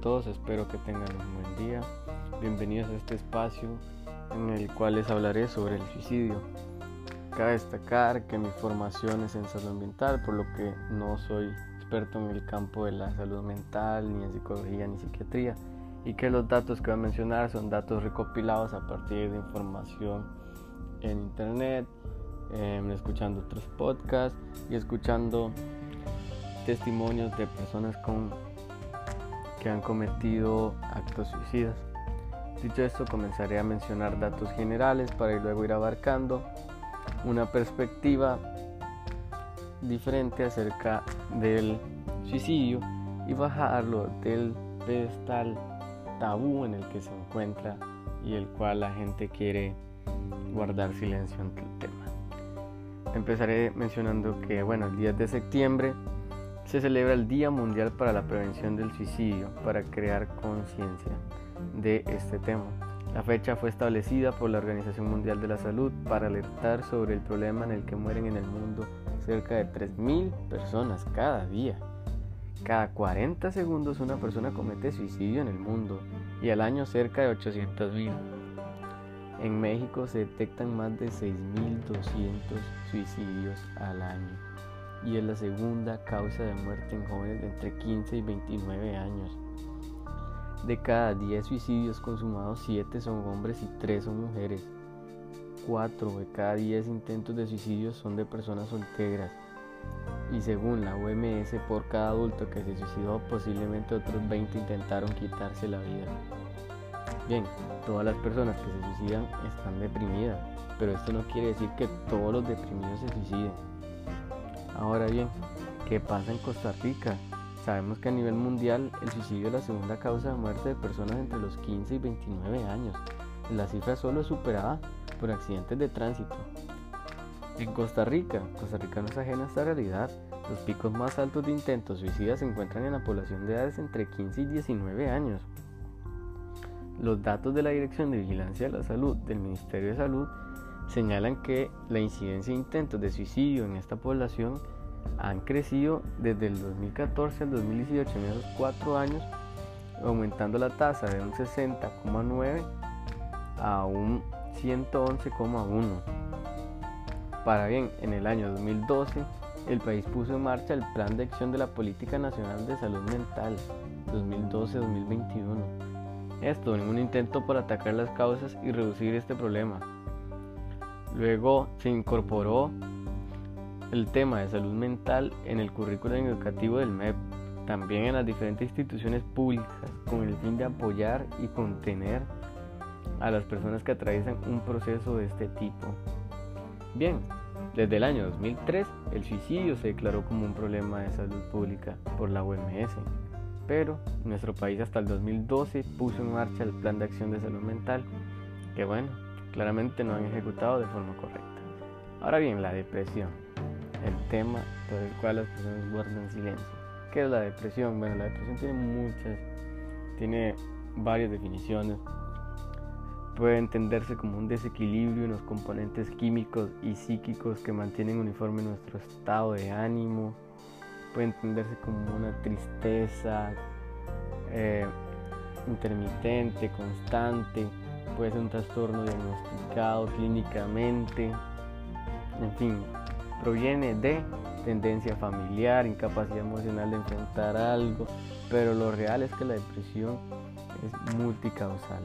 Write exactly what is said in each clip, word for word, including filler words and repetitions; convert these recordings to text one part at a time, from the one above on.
todos, espero que tengan un buen día. Bienvenidos a este espacio en el cual les hablaré sobre el suicidio. Cabe destacar que mi formación es en salud ambiental, por lo que no soy experto en el campo de la salud mental, ni en psicología, ni psiquiatría, y que los datos que voy a mencionar son datos recopilados a partir de información en internet, eh, escuchando otros podcasts y escuchando testimonios de personas con, que han cometido actos suicidas. Dicho esto, comenzaré a mencionar datos generales para luego ir abarcando una perspectiva diferente acerca del suicidio y bajarlo del pedestal tabú en el que se encuentra y el cual la gente quiere guardar silencio ante el tema. Empezaré mencionando que, bueno, el diez de septiembre se celebra el Día Mundial para la Prevención del Suicidio, para crear conciencia de este tema. La fecha fue establecida por la Organización Mundial de la Salud para alertar sobre el problema en el que mueren en el mundo cerca de tres mil personas cada día. Cada cuarenta segundos una persona comete suicidio en el mundo y al año cerca de ochocientos mil. En México se detectan más de seis mil doscientos suicidios al año y es la segunda causa de muerte en jóvenes de entre quince y veintinueve años. De cada diez suicidios consumados, siete son hombres y tres son mujeres. cuatro de cada diez intentos de suicidio son de personas solteras. Y según la O M S, por cada adulto que se suicidó, posiblemente otros veinte intentaron quitarse la vida. Bien, todas las personas que se suicidan están deprimidas, pero esto no quiere decir que todos los deprimidos se suiciden. Ahora bien, ¿qué pasa en Costa Rica? Sabemos que a nivel mundial el suicidio es la segunda causa de muerte de personas entre los quince y veintinueve años. La cifra solo es superada por accidentes de tránsito. En Costa Rica, Costa Rica no es ajena a esta realidad. Los picos más altos de intentos suicidas se encuentran en la población de edades entre quince y diecinueve años. Los datos de la Dirección de Vigilancia de la Salud del Ministerio de Salud señalan que la incidencia de intentos de suicidio en esta población han crecido desde el dos mil catorce al dos mil dieciocho, en esos cuatro años, aumentando la tasa de un sesenta coma nueve a un ciento once coma uno. Para bien, en el año dos mil doce, el país puso en marcha el Plan de Acción de la Política Nacional de Salud Mental dos mil doce a dos mil veintiuno. Esto en un intento por atacar las causas y reducir este problema. Luego se incorporó el tema de salud mental en el currículo educativo del M E P, también en las diferentes instituciones públicas, con el fin de apoyar y contener a las personas que atraviesan un proceso de este tipo. Bien, desde el año dos mil tres el suicidio se declaró como un problema de salud pública por la O M S, pero nuestro país hasta el dos mil doce puso en marcha el Plan de Acción de Salud Mental, que bueno, claramente no han ejecutado de forma correcta. Ahora bien, la depresión, el tema por el cual las personas guardan silencio. ¿Qué es la depresión? Bueno, la depresión tiene muchas, tiene varias definiciones. Puede entenderse como un desequilibrio en los componentes químicos y psíquicos que mantienen uniforme nuestro estado de ánimo. Puede entenderse como una tristeza eh, intermitente, constante. Puede ser un trastorno diagnosticado clínicamente. En fin, proviene de tendencia familiar, incapacidad emocional de enfrentar algo, pero lo real es que la depresión es multicausal.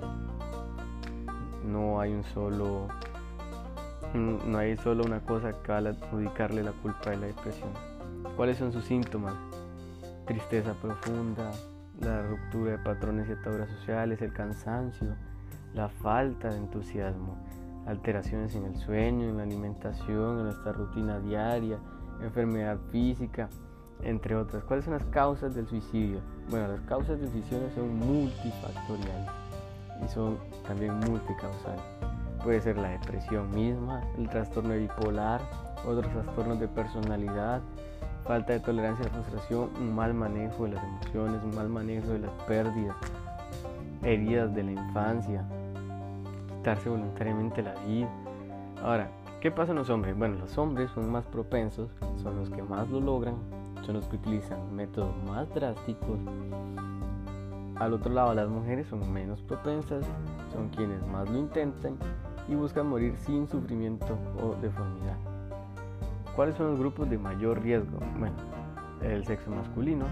No hay un solo, no hay solo una cosa que va a adjudicarle la culpa de la depresión. ¿Cuáles son sus síntomas? Tristeza profunda, la ruptura de patrones y ataduras sociales, el cansancio, la falta de entusiasmo, alteraciones en el sueño, en la alimentación, en nuestra rutina diaria, enfermedad física, entre otras. ¿Cuáles son las causas del suicidio? Bueno, las causas del suicidio son multifactoriales y son también multicausales. Puede ser la depresión misma, el trastorno bipolar, otros trastornos de personalidad, falta de tolerancia a la frustración, un mal manejo de las emociones, un mal manejo de las pérdidas, heridas de la infancia, quitarse voluntariamente la vida. Ahora, ¿qué pasa en los hombres? Bueno, los hombres son más propensos, son los que más lo logran, son los que utilizan métodos más drásticos Al otro lado, las mujeres son menos propensas, son quienes más lo intentan y buscan morir sin sufrimiento o deformidad. ¿Cuáles son los grupos de mayor riesgo? Bueno, el sexo masculino,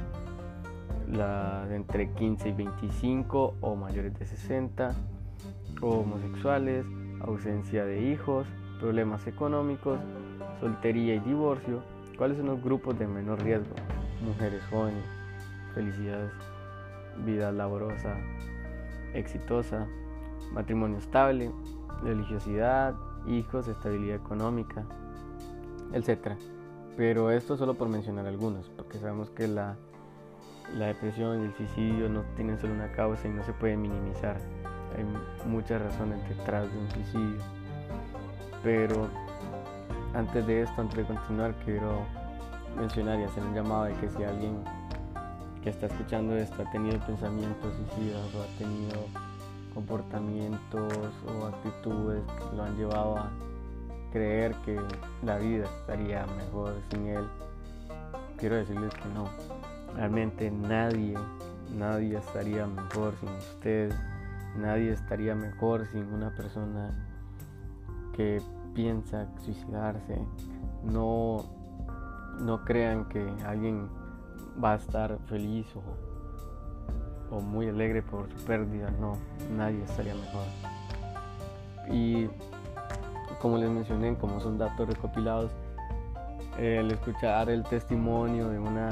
la de entre quince y veinticinco o mayores de sesenta, homosexuales, ausencia de hijos, problemas económicos, soltería y divorcio. ¿Cuáles son los grupos de menor riesgo? Mujeres jóvenes, felicidades, vida labosa, exitosa, matrimonio estable, religiosidad, hijos, estabilidad económica, etcétera. Pero esto solo por mencionar algunos, porque sabemos que la, la depresión y el suicidio no tienen solo una causa y no se puede minimizar. Hay muchas razones detrás de un suicidio. Pero antes de esto, antes de continuar, quiero mencionar y hacer un llamado de que si alguien que está escuchando esto ha tenido pensamientos suicidas o ha tenido comportamientos o actitudes que lo han llevado a creer que la vida estaría mejor sin él, quiero decirles que no. Realmente nadie, nadie estaría mejor sin usted. Nadie estaría mejor sin una persona que piensa suicidarse. No, no crean que alguien va a estar feliz o, o muy alegre por su pérdida. No, nadie estaría mejor. Y como les mencioné, como son datos recopilados, el escuchar el testimonio de una,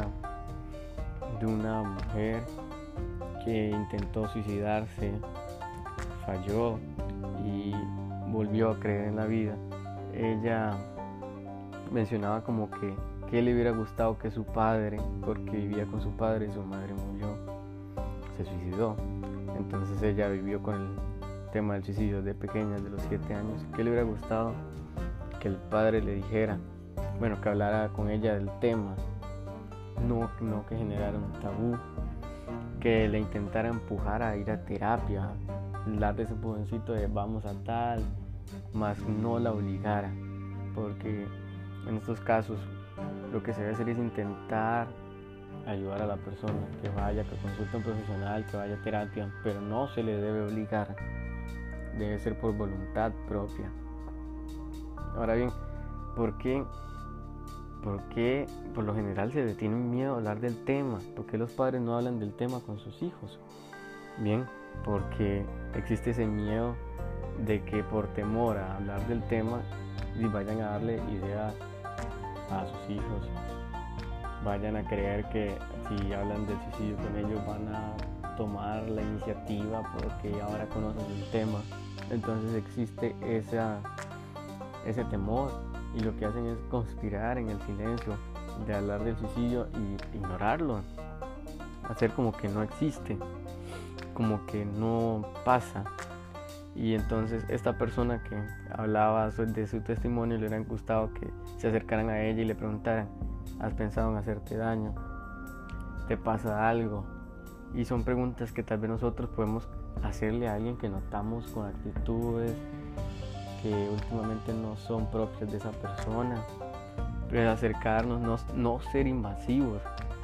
de una mujer que intentó suicidarse, falló y volvió a creer en la vida. Ella mencionaba como que, que le hubiera gustado que su padre, porque vivía con su padre y su madre murió, se suicidó. Entonces ella vivió con el tema del suicidio de pequeña, de los siete años. ¿Qué le hubiera gustado? Que el padre le dijera, bueno, que hablara con ella del tema, no, no que generara un tabú, que le intentara empujar a ir a terapia, darle ese empujoncito de vamos a tal, más no la obligara, porque en estos casos lo que se debe hacer es intentar ayudar a la persona, que vaya, que consulte a un profesional, que vaya a terapia, pero no se le debe obligar, debe ser por voluntad propia. Ahora bien, ¿por qué? ¿Por qué por lo general se le tiene miedo a hablar del tema? ¿Por qué los padres no hablan del tema con sus hijos? Bien, porque existe ese miedo de que por temor a hablar del tema vayan a darle ideas a sus hijos, vayan a creer que si hablan del suicidio con ellos van a tomar la iniciativa porque ahora conocen el tema. Entonces existe esa, ese temor y lo que hacen es conspirar en el silencio de hablar del suicidio y ignorarlo, hacer como que no existe, como que no pasa. Y entonces esta persona que hablaba de su testimonio, le hubiera gustado que se acercaran a ella y le preguntaran, ¿has pensado en hacerte daño? ¿Te pasa algo? Y son preguntas que tal vez nosotros podemos hacerle a alguien que notamos con actitudes que últimamente no son propias de esa persona. Pero acercarnos, no, no ser invasivos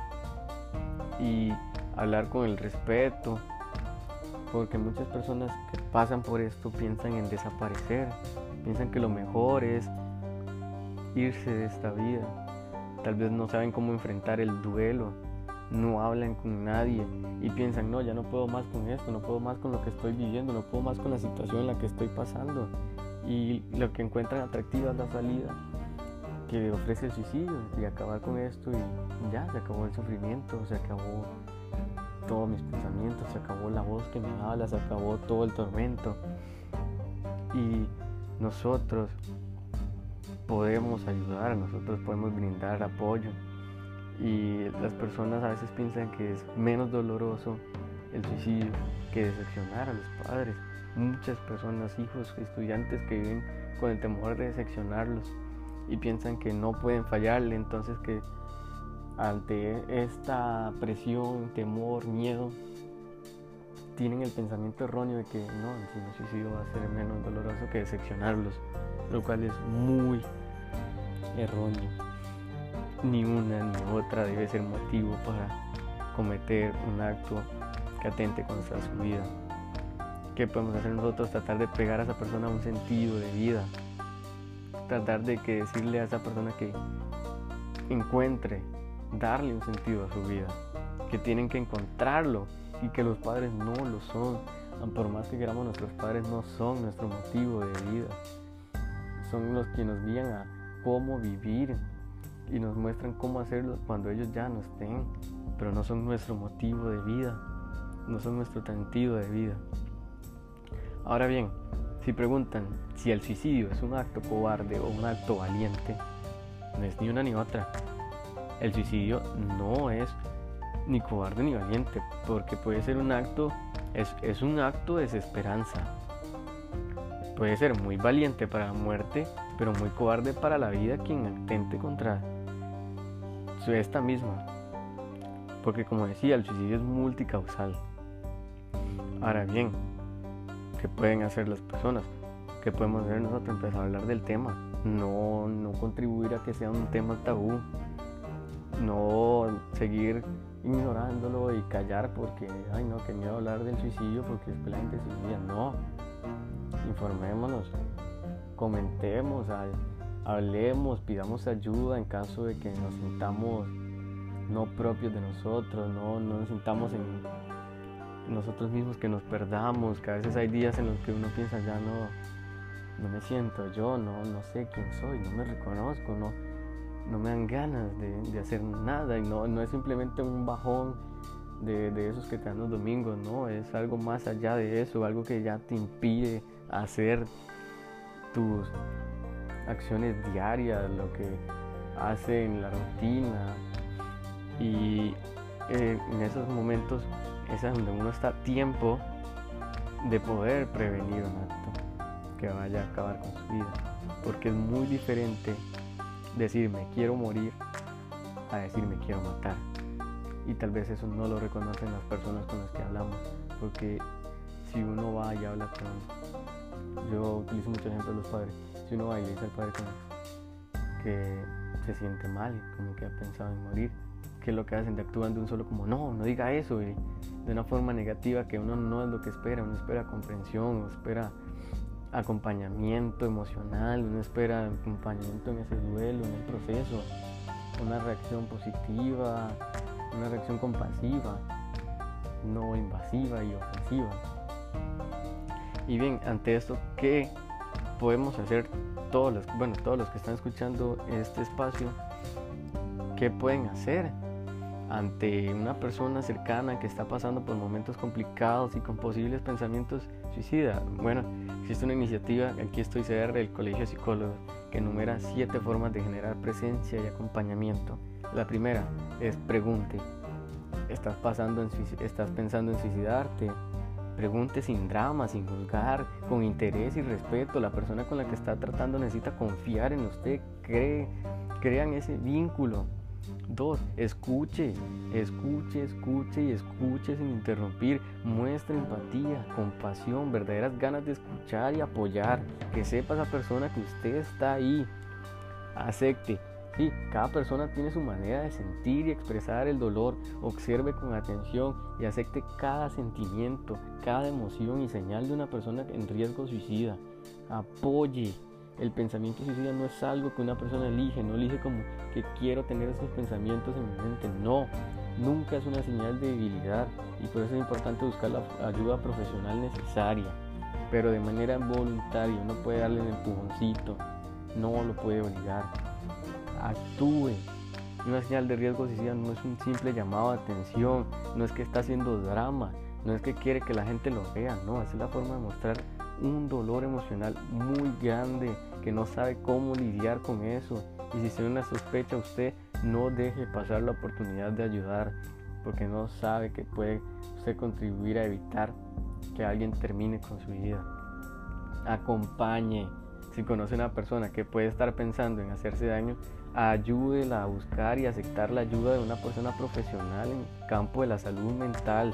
y hablar con el respeto, porque muchas personas que pasan por esto piensan en desaparecer, piensan que lo mejor es irse de esta vida. Tal vez no saben cómo enfrentar el duelo, no hablan con nadie y piensan, no, ya no puedo más con esto, no puedo más con lo que estoy viviendo, no puedo más con la situación en la que estoy pasando. Y lo que encuentran atractiva es la salida que ofrece el suicidio y acabar con esto y ya, se acabó el sufrimiento, se acabó todos mis pensamientos, se acabó la voz que me habla, se acabó todo el tormento. Y nosotros podemos ayudar, nosotros podemos brindar apoyo. Y las personas a veces piensan que es menos doloroso el suicidio que decepcionar a los padres. Muchas personas, hijos, estudiantes que viven con el temor de decepcionarlos y piensan que no pueden fallarle, entonces que ante esta presión, temor, miedo, tienen el pensamiento erróneo de que no, si el suicidio va a ser menos doloroso que decepcionarlos, lo cual es muy erróneo. Ni una ni otra debe ser motivo para cometer un acto que atente contra su vida. ¿Qué podemos hacer nosotros? Tratar de pegar a esa persona un sentido de vida. Tratar de que decirle a esa persona que encuentre, darle un sentido a su vida. Que tienen que encontrarlo y que los padres no lo son. Por más que queramos, nuestros padres no son nuestro motivo de vida. Son los que nos guían a cómo vivir y nos muestran cómo hacerlo cuando ellos ya no estén, pero no son nuestro motivo de vida, no son nuestro sentido de vida. Ahora bien, si preguntan si el suicidio es un acto cobarde o un acto valiente, no es ni una ni otra. El suicidio no es ni cobarde ni valiente, porque puede ser un acto, es, es un acto de desesperanza. Puede ser muy valiente para la muerte, pero muy cobarde para la vida quien atente contra esta misma. Porque como decía, el suicidio es multicausal. Ahora bien, ¿qué pueden hacer las personas? ¿Qué podemos hacer nosotros? Empezar a hablar del tema. No, no contribuir a que sea un tema tabú. No seguir ignorándolo y callar porque, ay no, que miedo hablar del suicidio porque después la gente se suicida. No. Informémonos, comentemos, hablemos, pidamos ayuda en caso de que nos sintamos no propios de nosotros, no, no nos sintamos en nosotros mismos, que nos perdamos, que a veces hay días en los que uno piensa ya no, no me siento yo, no, no sé quién soy, no me reconozco, no, no me dan ganas de, de hacer nada y no, no es simplemente un bajón de, de esos que te dan los domingos, no, es algo más allá de eso, algo que ya te impide hacer tus acciones diarias, lo que hace en la rutina. Y eh, en esos momentos es donde uno está a tiempo de poder prevenir un acto que vaya a acabar con su vida, porque es muy diferente decir me quiero morir a decir me quiero matar. Y tal vez eso no lo reconocen las personas con las que hablamos, porque si uno va y habla con, yo utilizo mucho ejemplo de los padres, si uno va y le dice al padre como que se siente mal, como que ha pensado en morir, ¿qué es lo que hacen? De actúan de un solo como no, no diga eso, y de una forma negativa que uno no es lo que espera, uno espera comprensión, uno espera acompañamiento emocional, uno espera acompañamiento en ese duelo, en el proceso, una reacción positiva, una reacción compasiva, no invasiva y ofensiva. Y bien, ante esto, ¿qué podemos hacer todos los, bueno, todos los que están escuchando este espacio? ¿Qué pueden hacer ante una persona cercana que está pasando por momentos complicados y con posibles pensamientos suicidas? Bueno, existe una iniciativa, aquí estoy C R, el Colegio de Psicólogos, que enumera siete formas de generar presencia y acompañamiento. La primera es pregunte. ¿Estás, pasando en, ¿Estás pensando en suicidarte? Pregunte sin drama, sin juzgar, con interés y respeto. La persona con la que está tratando necesita confiar en usted. Cree, crean ese vínculo. Dos, escuche, escuche, escuche y escuche sin interrumpir. Muestre empatía, compasión, verdaderas ganas de escuchar y apoyar. Que sepa esa persona que usted está ahí. Acepte. Sí, cada persona tiene su manera de sentir y expresar el dolor. Observe con atención y acepte cada sentimiento, cada emoción y señal de una persona en riesgo suicida. Apoye. El pensamiento suicida no es algo que una persona elige, no elige como que quiero tener esos pensamientos en mi mente. No, nunca es una señal de debilidad y por eso es importante buscar la ayuda profesional necesaria, pero de manera voluntaria. Uno puede darle el empujoncito, no lo puede obligar. Actúe. Una señal de riesgo suicida no es un simple llamado de atención, no es que está haciendo drama, no es que quiere que la gente lo vea, no, esa es la forma de mostrar un dolor emocional muy grande que no sabe cómo lidiar con eso. Y si tiene una sospecha, usted no deje pasar la oportunidad de ayudar, porque no sabe que puede usted contribuir a evitar que alguien termine con su vida. Acompañe. Si conoce a una persona que puede estar pensando en hacerse daño, ayúdela a buscar y aceptar la ayuda de una persona profesional en el campo de la salud mental.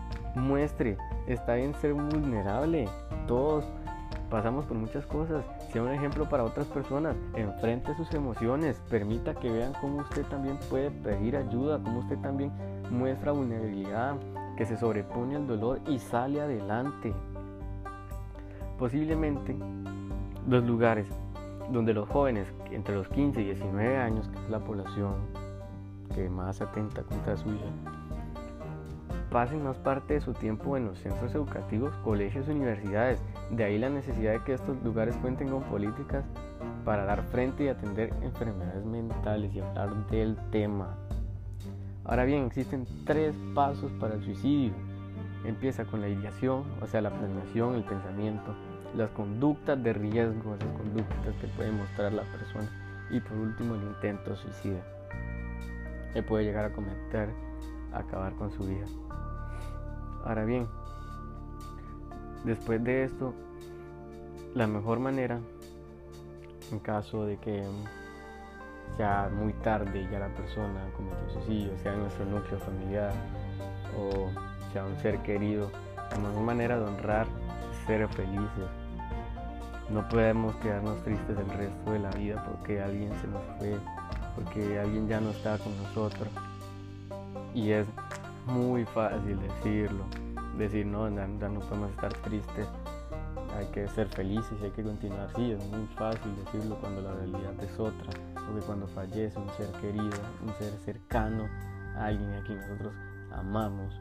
Muestre, está bien ser vulnerable, todos pasamos por muchas cosas. sea un ejemplo para otras personas, enfrente sus emociones, permita que vean cómo usted también puede pedir ayuda, cómo usted también muestra vulnerabilidad, que se sobrepone al dolor y sale adelante. Posiblemente los lugares donde los jóvenes entre los quince y diecinueve años, que es la población que más atenta contra su vida, pasen más parte de su tiempo en los centros educativos, colegios, universidades. De ahí la necesidad de que estos lugares cuenten con políticas para dar frente y atender enfermedades mentales y hablar del tema. Ahora bien, existen tres pasos para el suicidio. Empieza con la ideación, o sea, la planeación, el pensamiento, las conductas de riesgo, esas conductas que puede mostrar la persona, y por último el intento suicida, que puede llegar a cometer, a acabar con su vida. Ahora bien, después de esto, la mejor manera, en caso de que ya muy tarde ya la persona cometió suicidio, sea en nuestro núcleo familiar o sea un ser querido, la mejor manera de honrar es ser felices. No podemos quedarnos tristes el resto de la vida porque alguien se nos fue, porque alguien ya no está con nosotros. Y es muy fácil decirlo, decir no, ya, ya no podemos estar tristes, hay que ser felices y hay que continuar. Sí, es muy fácil decirlo cuando la realidad es otra, porque cuando fallece un ser querido, un ser cercano, alguien a quien nosotros amamos,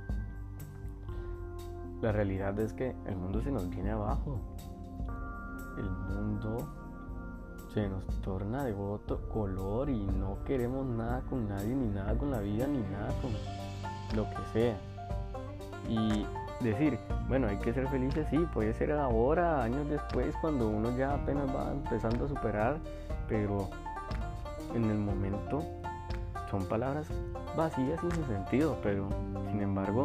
la realidad es que el mundo se nos viene abajo, el mundo se nos torna de otro color y no queremos nada con nadie, ni nada con la vida, ni nada con lo que sea. Y decir, bueno, hay que ser felices, sí, puede ser ahora, años después, cuando uno ya apenas va empezando a superar, pero en el momento son palabras vacías y sin sentido, pero sin embargo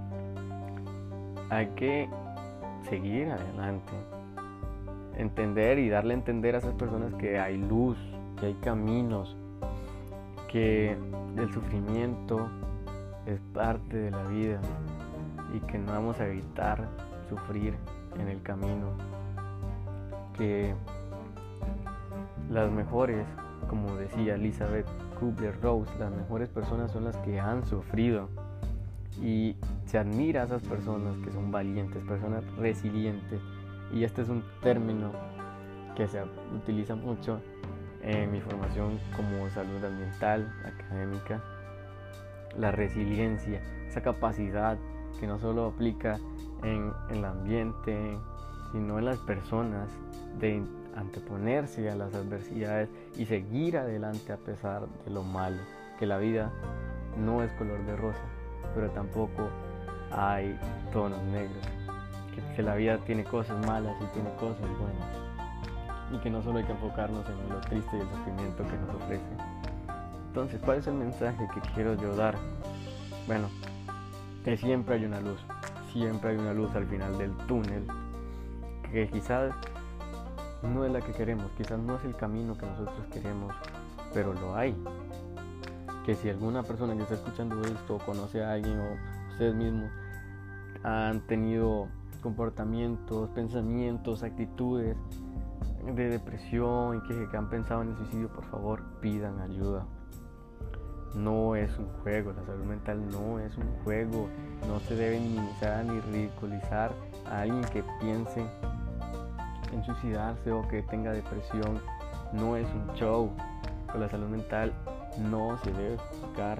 hay que seguir adelante, entender y darle a entender a esas personas que hay luz, que hay caminos, que el sufrimiento es parte de la vida y que no vamos a evitar sufrir en el camino, que las mejores, como decía Elizabeth Kubler-Ross, las mejores personas son las que han sufrido, y se admira a esas personas que son valientes, personas resilientes. Y este es un término que se utiliza mucho en mi formación como salud ambiental, académica, la resiliencia, esa capacidad que no solo aplica en, en el ambiente, sino en las personas, de anteponerse a las adversidades y seguir adelante a pesar de lo malo, que la vida no es color de rosa, pero tampoco hay tonos negros, que, que la vida tiene cosas malas y tiene cosas buenas, y que no solo hay que enfocarnos en lo triste y el sufrimiento que nos ofrece. Entonces, ¿cuál es el mensaje que quiero yo dar? Bueno, que siempre hay una luz, siempre hay una luz al final del túnel, que quizás no es la que queremos, quizás no es el camino que nosotros queremos, pero lo hay. Que si alguna persona que está escuchando esto conoce a alguien, o ustedes mismos han tenido comportamientos, pensamientos, actitudes de depresión y que, que han pensado en el suicidio, por favor pidan ayuda. No es un juego, la salud mental no es un juego, no se debe minimizar ni ridiculizar a alguien que piense en suicidarse o que tenga depresión. No es un show, con la salud mental no se debe juzgar.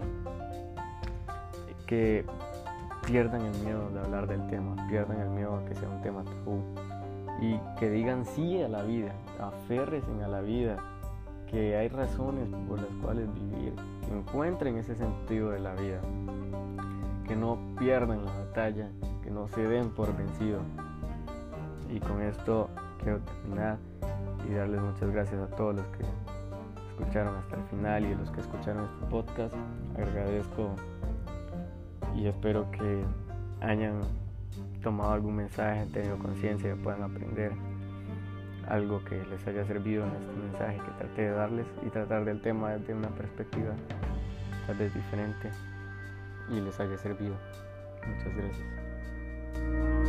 Que pierdan el miedo de hablar del tema, pierdan el miedo a que sea un tema tabú y que digan sí a la vida, aférrense a la vida, que hay razones por las cuales vivir, que encuentren ese sentido de la vida, que no pierdan la batalla, que no se den por vencidos. Y con esto quiero terminar y darles muchas gracias a todos los que escucharon hasta el final y a los que escucharon este podcast. Agradezco y espero que hayan tomado algún mensaje, han tenido conciencia, que puedan aprender algo que les haya servido en este mensaje que traté de darles, y tratar del tema desde una perspectiva tal vez diferente y les haya servido. Muchas gracias.